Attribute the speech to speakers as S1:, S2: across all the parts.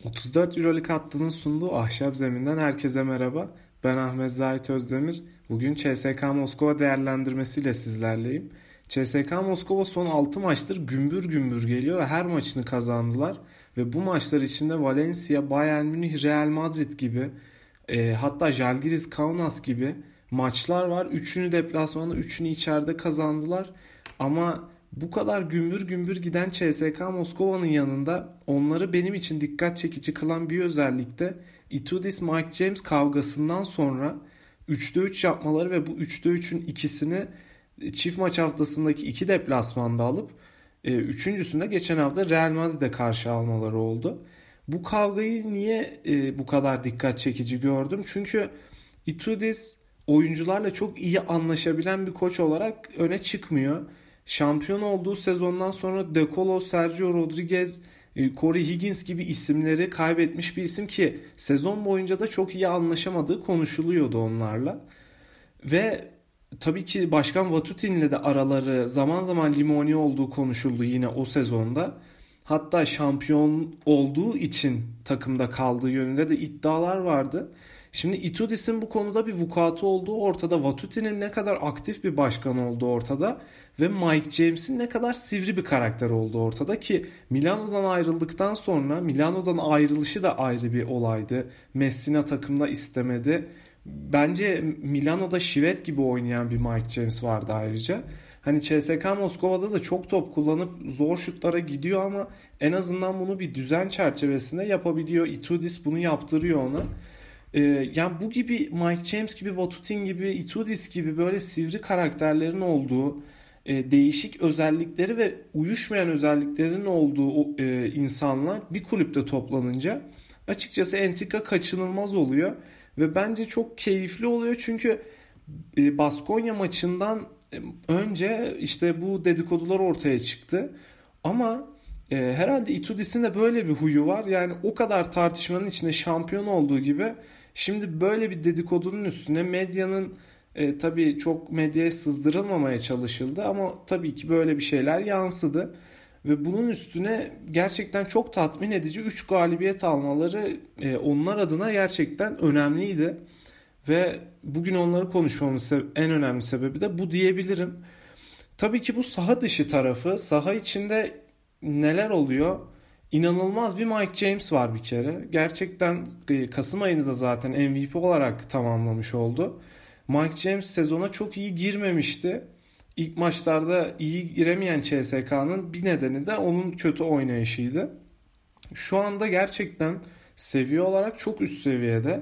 S1: 34 Euroleague hattının sunduğu Ahşap Zemin'den herkese merhaba. Ben Ahmet Zahit Özdemir. Bugün CSKA Moskova değerlendirmesiyle sizlerleyim. CSKA Moskova son 6 maçtır gümbür gümbür geliyor ve her maçını kazandılar. Ve bu maçlar içinde Valencia, Bayern Münih, Real Madrid gibi hatta Žalgiris Kaunas gibi maçlar var. Üçünü deplasmanda, üçünü içeride kazandılar. Ama bu kadar gümbür gümbür giden CSKA Moskova'nın yanında onları benim için dikkat çekici kılan bir özellik de Itudis Mike James kavgasından sonra 3'te 3 yapmaları ve bu 3'te 3'ün ikisini çift maç haftasındaki iki deplasmanda alıp üçüncüsünde geçen hafta Real Madrid'e karşı almaları oldu. Bu kavgayı niye bu kadar dikkat çekici gördüm? Çünkü Itudis oyuncularla çok iyi anlaşabilen bir koç olarak öne çıkmıyor. Şampiyon olduğu sezondan sonra De Colo, Sergio Rodriguez, Corey Higgins gibi isimleri kaybetmiş bir isim ki sezon boyunca da çok iyi anlaşamadığı konuşuluyordu onlarla. Ve tabii ki Başkan Vatutin'le de araları zaman zaman limoni olduğu konuşuldu yine o sezonda. Hatta şampiyon olduğu için takımda kaldığı yönünde de iddialar vardı. Şimdi Itudis'in bu konuda bir vukuatı olduğu ortada. Vatutin'in ne kadar aktif bir başkan olduğu ortada. Ve Mike James'in ne kadar sivri bir karakter olduğu ortada ki Milano'dan ayrıldıktan sonra Milano'dan ayrılışı da ayrı bir olaydı. Messina takımda istemedi. Bence Milano'da şivet gibi oynayan bir Mike James vardı ayrıca. Hani CSKA Moskova'da da çok top kullanıp zor şutlara gidiyor ama en azından bunu bir düzen çerçevesinde yapabiliyor. Itudis bunu yaptırıyor ona. Yani bu gibi Mike James gibi, Vatutin gibi, Itudis gibi böyle sivri karakterlerin olduğu, değişik özellikleri ve uyuşmayan özelliklerin olduğu insanlar bir kulüpte toplanınca açıkçası entrika kaçınılmaz oluyor ve bence çok keyifli oluyor çünkü Baskonya maçından önce işte bu dedikodular ortaya çıktı ama herhalde Itudis'in de böyle bir huyu var, yani o kadar tartışmanın içinde şampiyon olduğu gibi şimdi böyle bir dedikodunun üstüne medyanın tabii çok medyaya sızdırılmamaya çalışıldı ama tabii ki böyle bir şeyler yansıdı. Ve bunun üstüne gerçekten çok tatmin edici 3 galibiyet almaları onlar adına gerçekten önemliydi. Ve bugün onları konuşmamın en önemli sebebi de bu diyebilirim. Tabii ki bu saha dışı tarafı, saha içinde neler oluyor? İnanılmaz bir Mike James var bir kere. Gerçekten Kasım ayını da zaten MVP olarak tamamlamış oldu. Mike James sezona çok iyi girmemişti. İlk maçlarda iyi giremeyen CSK'nın bir nedeni de onun kötü oynayışıydı. Şu anda gerçekten seviye olarak çok üst seviyede.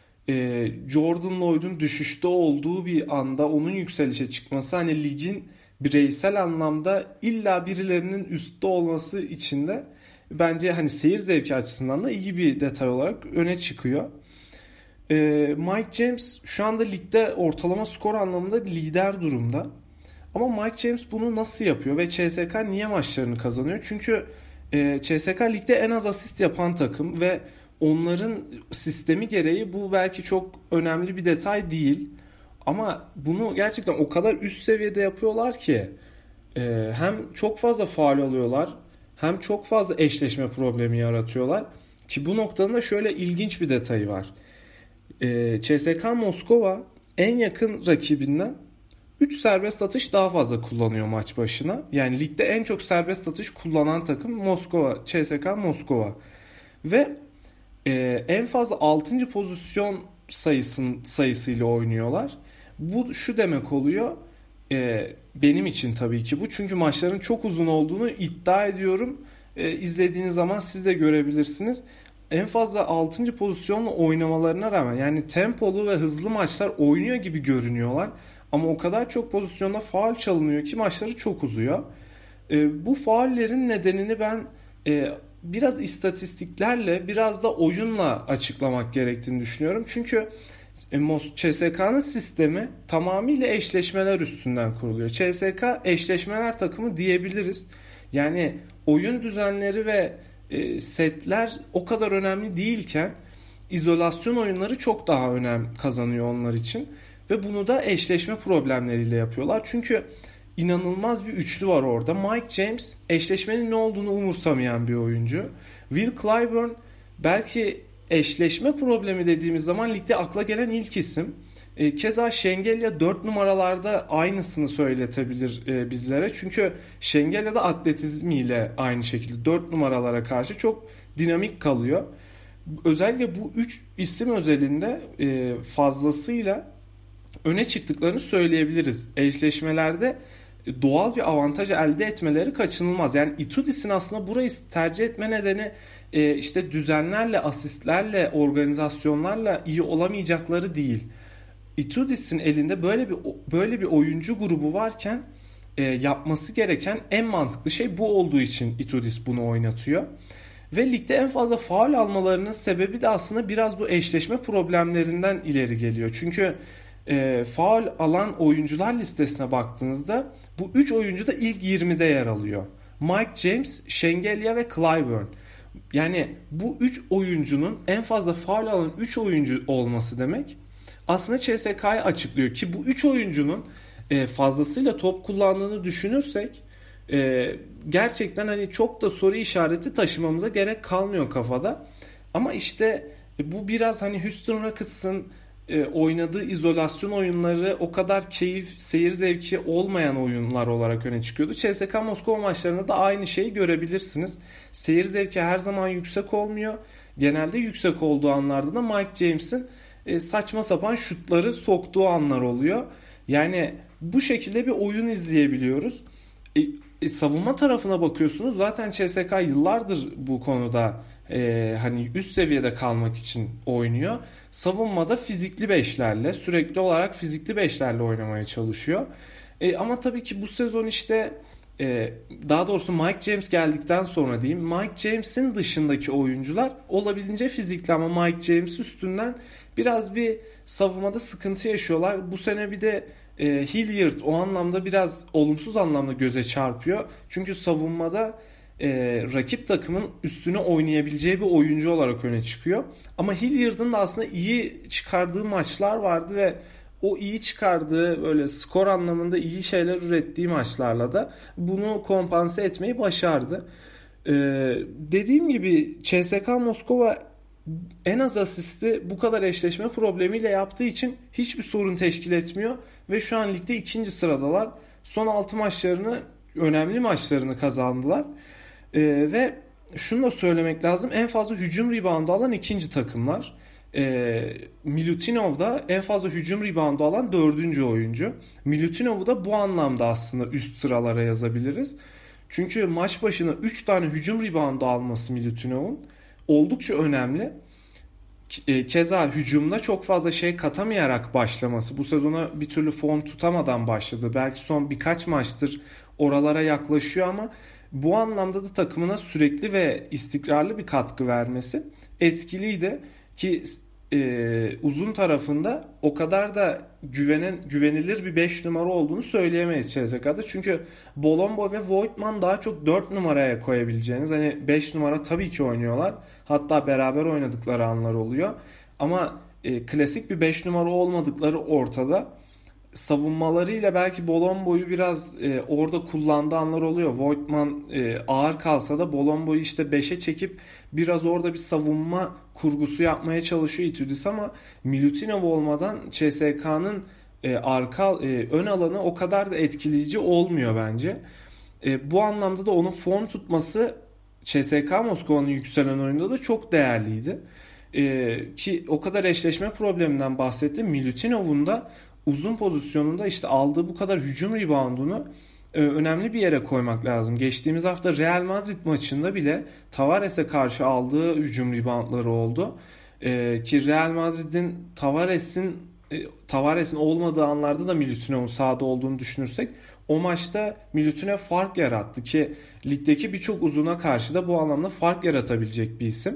S1: Jordan Lloyd'un düşüşte olduğu bir anda onun yükselişe çıkması, hani ligin bireysel anlamda illa birilerinin üstte olması için de bence hani seyir zevki açısından da iyi bir detay olarak öne çıkıyor. Mike James şu anda ligde ortalama skor anlamında lider durumda. Ama Mike James bunu nasıl yapıyor ve CSKA niye maçlarını kazanıyor? Çünkü CSKA ligde en az asist yapan takım ve onların sistemi gereği bu belki çok önemli bir detay değil. Ama bunu gerçekten o kadar üst seviyede yapıyorlar ki hem çok fazla faul alıyorlar hem çok fazla eşleşme problemi yaratıyorlar. Ki bu noktada da şöyle ilginç bir detayı var. CSKA Moskova en yakın rakibinden 3 serbest atış daha fazla kullanıyor maç başına. Yani ligde en çok serbest atış kullanan takım Moskova, CSKA Moskova. Ve en fazla 6. pozisyon sayısıyla oynuyorlar. Bu şu demek oluyor. Benim için tabii ki bu. Çünkü maçların çok uzun olduğunu iddia ediyorum. İzlediğiniz zaman siz de görebilirsiniz. En fazla 6. pozisyonla oynamalarına rağmen, yani tempolu ve hızlı maçlar oynuyor gibi görünüyorlar. Ama o kadar çok pozisyonda faul çalınıyor ki maçları çok uzuyor. Bu faullerin nedenini ben biraz istatistiklerle, biraz da oyunla açıklamak gerektiğini düşünüyorum. Çünkü CSK'nın sistemi tamamıyla eşleşmeler üstünden kuruluyor. CSK eşleşmeler takımı diyebiliriz. Yani oyun düzenleri ve setler o kadar önemli değilken izolasyon oyunları çok daha önem kazanıyor onlar için. Ve bunu da eşleşme problemleriyle yapıyorlar. Çünkü inanılmaz bir üçlü var orada. Mike James eşleşmenin ne olduğunu umursamayan bir oyuncu. Will Clyburn Belki eşleşme problemi dediğimiz zaman ligde akla gelen ilk isim. Keza Şengelya 4 numaralarda aynısını söyletebilir bizlere. Çünkü Şengelya da atletizmiyle aynı şekilde 4 numaralara karşı çok dinamik kalıyor. Özellikle bu 3 isim özelinde fazlasıyla öne çıktıklarını söyleyebiliriz. Eşleşmelerde doğal bir avantaj elde etmeleri kaçınılmaz. Yani Itudis'in aslında burayı tercih etme nedeni işte düzenlerle, asistlerle, organizasyonlarla iyi olamayacakları değil. Itudis'in elinde böyle bir oyuncu grubu varken yapması gereken en mantıklı şey bu olduğu için Itudis bunu oynatıyor. Ve ligde en fazla faul almalarının sebebi de aslında biraz bu eşleşme problemlerinden ileri geliyor. Çünkü faul alan oyuncular listesine baktığınızda bu 3 oyuncu da ilk 20'de yer alıyor. Mike James, Şengelya ve Clyburn. Yani bu 3 oyuncunun en fazla faul alan 3 oyuncu olması demek aslında CSK'yı açıklıyor ki bu 3 oyuncunun fazlasıyla top kullandığını düşünürsek gerçekten hani çok da soru işareti taşımamıza gerek kalmıyor kafada. Ama işte bu biraz hani Houston Rockets'ın oynadığı izolasyon oyunları o kadar keyif, seyir zevki olmayan oyunlar olarak öne çıkıyordu. CSKA Moskova maçlarında da aynı şeyi görebilirsiniz. Seyir zevki her zaman yüksek olmuyor. Genelde yüksek olduğu anlarda da Mike James'in saçma sapan şutları soktuğu anlar oluyor. Yani bu şekilde bir oyun izleyebiliyoruz. Savunma tarafına bakıyorsunuz. Zaten CSKA yıllardır bu konuda hani üst seviyede kalmak için oynuyor. Savunmada fizikli beşlerle, sürekli olarak fizikli beşlerle oynamaya çalışıyor. Ama tabii ki bu sezon işte daha doğrusu Mike James geldikten sonra diyeyim, Mike James'in dışındaki oyuncular olabildiğince fizikli ama Mike James üstünden biraz bir savunmada sıkıntı yaşıyorlar. Bu sene bir de Hilliard o anlamda biraz olumsuz anlamda göze çarpıyor. Çünkü savunmada rakip takımın üstüne oynayabileceği bir oyuncu olarak öne çıkıyor. Ama Hilliard'ın da aslında iyi çıkardığı maçlar vardı ve o iyi çıkardığı böyle skor anlamında iyi şeyler ürettiği maçlarla da bunu kompanse etmeyi başardı. Dediğim gibi CSKA Moskova en az asisti bu kadar eşleşme problemiyle yaptığı için hiçbir sorun teşkil etmiyor ve şu an ligde 2. sıradalar. Son 6 maçlarını, önemli maçlarını kazandılar. Ve şunu da söylemek lazım, en fazla hücum reboundu alan 2. takımlar. Milutinov da en fazla hücum reboundu alan 4. oyuncu. Milutinov'u da bu anlamda aslında üst sıralara yazabiliriz. Çünkü maç başına 3 tane hücum reboundu alması Milutinov'un oldukça önemli. Keza hücumda çok fazla şey katamayarak başlaması, bu sezona bir türlü form tutamadan başladı. Belki son birkaç maçtır oralara yaklaşıyor ama bu anlamda da takımına sürekli ve istikrarlı bir katkı vermesi etkiliydi ki uzun tarafında o kadar da güvenilir bir 5 numara olduğunu söyleyemeyiz CSKA'da. Çünkü Bolombo ve Voigtman daha çok 4 numaraya koyabileceğiniz, hani 5 numara tabii ki oynuyorlar. Hatta beraber oynadıkları anlar oluyor. Ama klasik bir 5 numara olmadıkları ortada. Savunmalarıyla belki Bolombo'yu biraz orada kullandığı anlar oluyor. Voigtman ağır kalsa da Bolombo'yu işte 5'e çekip biraz orada bir savunma kurgusu yapmaya çalışıyor Itudis ama Milutinov olmadan CSK'nın ön alanı o kadar da etkileyici olmuyor bence. Bu anlamda da onun form tutması CSKA Moskova'nın yükselen oyunda da çok değerliydi. Ki o kadar eşleşme probleminden bahsettim. Milutinov'un da uzun pozisyonunda işte aldığı bu kadar hücum reboundunu önemli bir yere koymak lazım. Geçtiğimiz hafta Real Madrid maçında bile Tavares'e karşı aldığı hücum reboundları oldu. Ki Real Madrid'in Tavares'in olmadığı anlarda da Milutinov'un sahada olduğunu düşünürsek o maçta Milutinov fark yarattı ki ligdeki birçok uzuna karşı da bu anlamda fark yaratabilecek bir isim.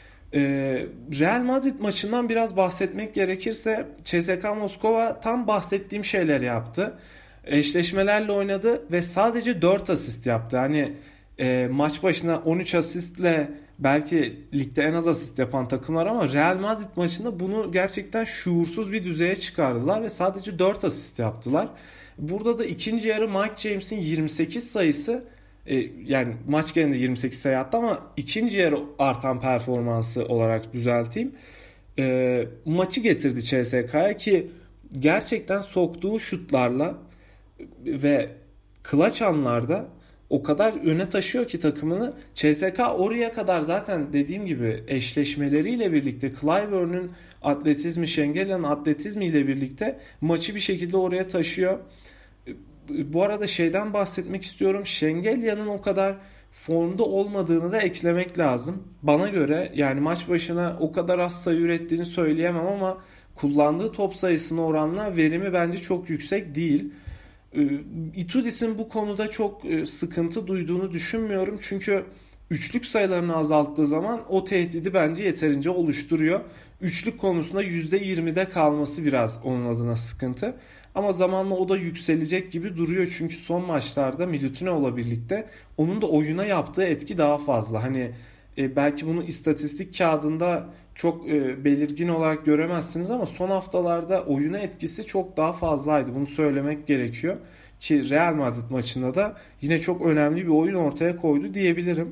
S1: Real Madrid maçından biraz bahsetmek gerekirse CSKA Moskova tam bahsettiğim şeyler yaptı. Eşleşmelerle oynadı ve sadece 4 asist yaptı. Hani maç başına 13 asistle belki ligde en az asist yapan takımlar ama Real Madrid maçında bunu gerçekten şuursuz bir düzeye çıkardılar ve sadece 4 asist yaptılar. Burada da ikinci yarı Mike James'in 28 sayısı Yani maç genelinde 28 sayı attı ama ikinci yarı artan performansı olarak düzelteyim. Maçı getirdi CSK'ya ki gerçekten soktuğu şutlarla ve clutch anlarda o kadar öne taşıyor ki takımını. CSK oraya kadar zaten dediğim gibi eşleşmeleriyle birlikte Clyburn'un atletizmi, Şengelya'nın atletizmi ile birlikte maçı bir şekilde oraya taşıyor. Bu arada şeyden bahsetmek istiyorum. Şengelya'nın o kadar formda olmadığını da eklemek lazım. Bana göre yani maç başına o kadar az sayı ürettiğini söyleyemem ama kullandığı top sayısına oranla verimi bence çok yüksek değil. Itudis'in bu konuda çok sıkıntı duyduğunu düşünmüyorum. Çünkü üçlük sayılarını azalttığı zaman o tehdidi bence yeterince oluşturuyor. Üçlük konusunda %20'de kalması biraz onun adına sıkıntı. Ama zamanla o da yükselecek gibi duruyor. Çünkü son maçlarda Milutinov'la birlikte onun da oyuna yaptığı etki daha fazla. Hani belki bunu istatistik kağıdında çok belirgin olarak göremezsiniz ama son haftalarda oyuna etkisi çok daha fazlaydı. Bunu söylemek gerekiyor. Ki Real Madrid maçında da yine çok önemli bir oyun ortaya koydu diyebilirim.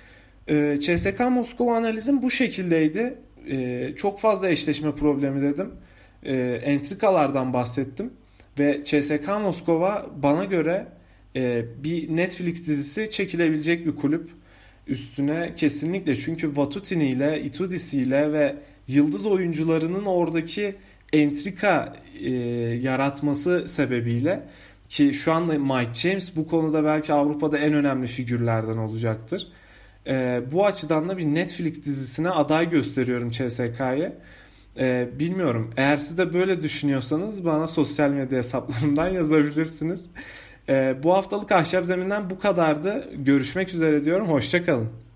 S1: CSKA Moskova analizim bu şekildeydi. Çok fazla eşleşme problemi dedim. Entrikalardan bahsettim. Ve CSKA Moskova bana göre bir Netflix dizisi çekilebilecek bir kulüp. Üstüne kesinlikle, çünkü Vatutin ile Itudis ile ve yıldız oyuncularının oradaki entrika yaratması sebebiyle, ki şu anda Mike James bu konuda belki Avrupa'da en önemli figürlerden olacaktır. Bu açıdan da bir Netflix dizisine aday gösteriyorum CSK'yı. Bilmiyorum. Eğer siz de böyle düşünüyorsanız bana sosyal medya hesaplarımdan yazabilirsiniz. Bu haftalık Ahşap Zemin'den bu kadardı. Görüşmek üzere diyorum. Hoşça kalın.